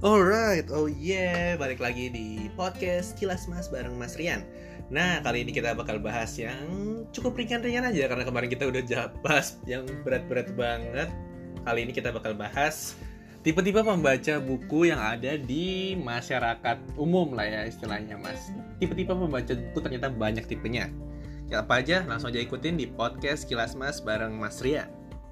Alright, oh yeah, balik lagi di podcast Kilas Mas bareng Mas Rian. Nah, kali ini kita bakal bahas yang cukup ringan-ringan aja karena kemarin kita udah bahas yang berat-berat banget. Kali ini kita bakal bahas tipe-tipe pembaca buku yang ada di masyarakat umum lah ya istilahnya, Mas. Tipe-tipe pembaca buku ternyata banyak tipenya. Ya apa aja, langsung aja ikutin di podcast Kilas Mas bareng Mas Rian.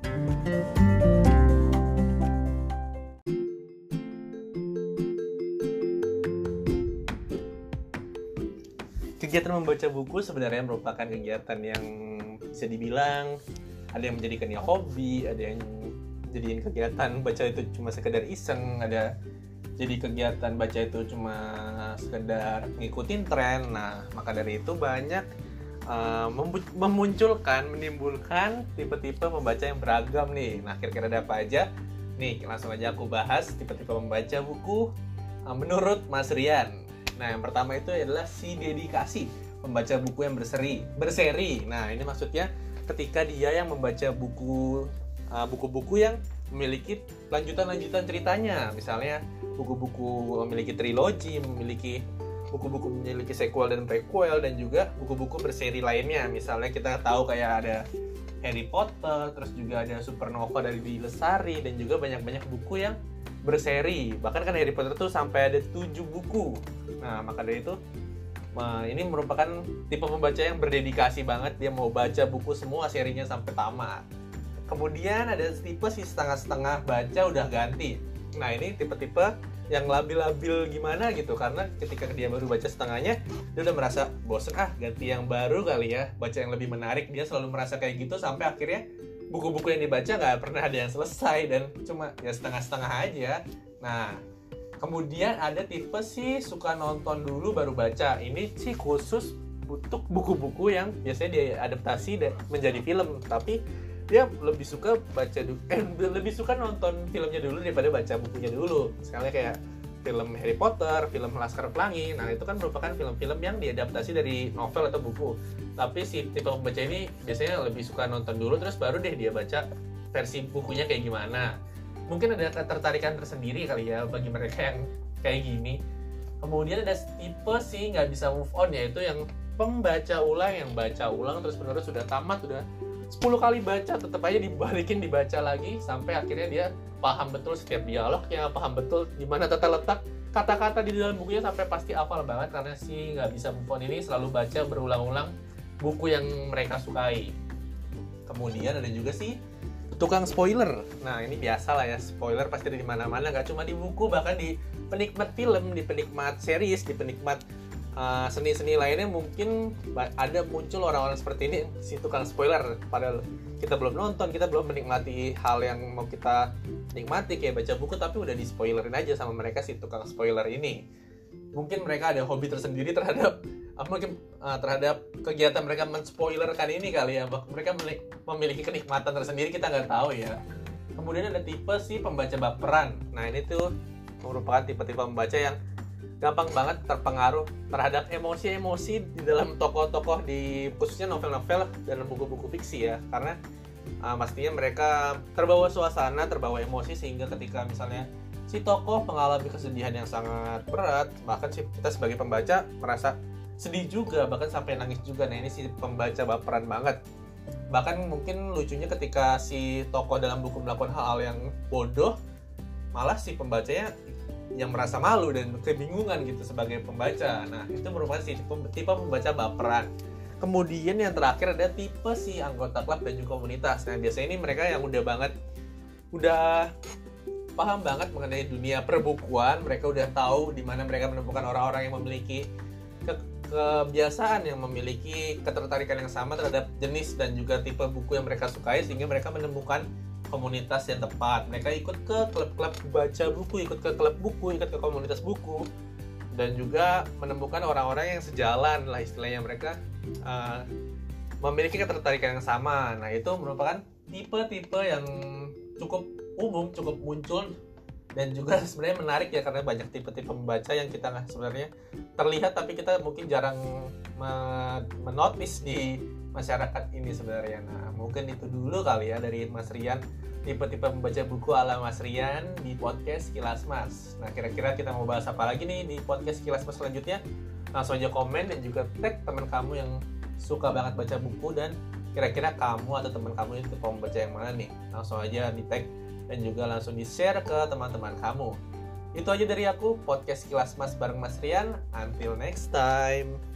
Kegiatan membaca buku sebenarnya merupakan kegiatan yang bisa dibilang ada yang menjadikannya hobi, ada yang jadiin kegiatan baca itu cuma sekedar iseng, ada jadi kegiatan baca itu cuma sekedar ngikutin tren. Nah, maka dari itu banyak menimbulkan tipe-tipe pembaca yang beragam nih. Nah, kira-kira ada apa aja? Nih, langsung aja aku bahas tipe-tipe pembaca buku menurut Mas Rian. Nah, yang pertama itu adalah si dedikasi, pembaca buku yang berseri. Nah, ini maksudnya ketika dia yang membaca buku-buku yang memiliki lanjutan-lanjutan ceritanya. Misalnya buku-buku memiliki trilogi, memiliki sequel dan prequel, dan juga buku-buku berseri lainnya. Misalnya kita tahu kayak ada Harry Potter, terus juga ada Supernova dari D. Lestari, dan juga banyak-banyak buku yang berseri. Bahkan kan Harry Potter tuh sampai ada 7 buku. Nah, maka dari itu ini merupakan tipe pembaca yang berdedikasi banget. Dia mau baca buku semua serinya sampai tamat. Kemudian ada tipe si setengah-setengah baca udah ganti. Nah, ini tipe-tipe yang labil-labil gimana gitu. Karena ketika dia baru baca setengahnya, dia udah merasa bosen, ganti yang baru kali ya, baca yang lebih menarik. Dia selalu merasa kayak gitu sampai akhirnya buku-buku yang dibaca gak pernah ada yang selesai dan cuma ya setengah-setengah aja. Nah, kemudian ada tipe sih suka nonton dulu baru baca. Ini sih khusus untuk buku-buku yang biasanya diadaptasi menjadi film, tapi dia lebih suka lebih suka nonton filmnya dulu daripada baca bukunya dulu. Misalnya kayak film Harry Potter, film Laskar Pelangi. Nah, itu kan merupakan film-film yang diadaptasi dari novel atau buku. Tapi si tipe pembaca ini biasanya lebih suka nonton dulu terus baru deh dia baca versi bukunya kayak gimana. Mungkin ada ketertarikan tersendiri kali ya bagi mereka yang kayak gini. Kemudian ada tipe sih nggak bisa move on, yaitu yang pembaca ulang, yang baca ulang terus menerus sudah tamat, udah 10 kali baca tetap aja dibalikin dibaca lagi sampai akhirnya dia paham betul setiap dialognya, paham betul di mana tata letak kata-kata di dalam bukunya sampai pasti hafal banget. Karena si nggak bisa move on ini selalu baca berulang-ulang buku yang mereka sukai. Kemudian ada juga sih tukang spoiler. Nah, ini biasa lah ya, spoiler pasti ada di mana-mana, nggak cuma di buku, bahkan di penikmat film, di penikmat series, di penikmat seni-seni lainnya mungkin ada muncul orang-orang seperti ini, si tukang spoiler. Padahal kita belum nonton, kita belum menikmati hal yang mau kita nikmati kayak baca buku, tapi udah di spoilerin aja sama mereka si tukang spoiler ini. Mungkin mereka ada hobi tersendiri terhadap kegiatan mereka menspoilerkan ini kali ya. Mereka memiliki kenikmatan tersendiri, kita nggak tahu ya. Kemudian ada tipe si pembaca baperan. Nah, ini tuh merupakan tipe-tipe pembaca yang gampang banget terpengaruh terhadap emosi-emosi di dalam tokoh-tokoh, di khususnya novel-novel dalam buku-buku fiksi ya. Karena pastinya mereka terbawa suasana, terbawa emosi, sehingga ketika misalnya si tokoh mengalami kesedihan yang sangat berat, bahkan kita sebagai pembaca merasa sedih juga, bahkan sampai nangis juga. Nah, ini si pembaca baperan banget. Bahkan mungkin lucunya ketika si tokoh dalam buku melakukan hal-hal yang bodoh, malah si pembacanya yang merasa malu dan kebingungan gitu sebagai pembaca. Nah, itu merupakan si tipe pembaca baperan. Kemudian yang terakhir ada tipe si anggota klub dan juga komunitas. Nah, biasanya ini mereka yang udah paham banget mengenai dunia perbukuan. Mereka udah tahu di mana mereka menemukan orang-orang yang memiliki kebiasaan, yang memiliki ketertarikan yang sama terhadap jenis dan juga tipe buku yang mereka sukai, sehingga mereka menemukan komunitas yang tepat. Mereka ikut ke klub-klub baca buku, ikut ke klub buku, ikut ke komunitas buku, dan juga menemukan orang-orang yang sejalan lah istilahnya. Mereka memiliki ketertarikan yang sama. Nah, itu merupakan tipe-tipe yang cukup umum, cukup muncul, dan juga sebenarnya menarik ya, karena banyak tipe-tipe pembaca yang kita sebenarnya terlihat tapi kita mungkin jarang menotis di masyarakat ini sebenarnya. Nah, mungkin itu dulu kali ya dari Mas Rian tipe-tipe membaca buku ala Mas Rian di podcast Kilas Mas. Nah, kira-kira kita mau bahas apa lagi nih di podcast Kilas Mas selanjutnya? Langsung aja komen dan juga tag teman kamu yang suka banget baca buku, dan kira-kira kamu atau teman kamu itu pembaca yang mana nih? Langsung aja di tag dan juga langsung di-share ke teman-teman kamu. Itu aja dari aku, podcast Kilas Mas bareng Mas Rian. Until next time.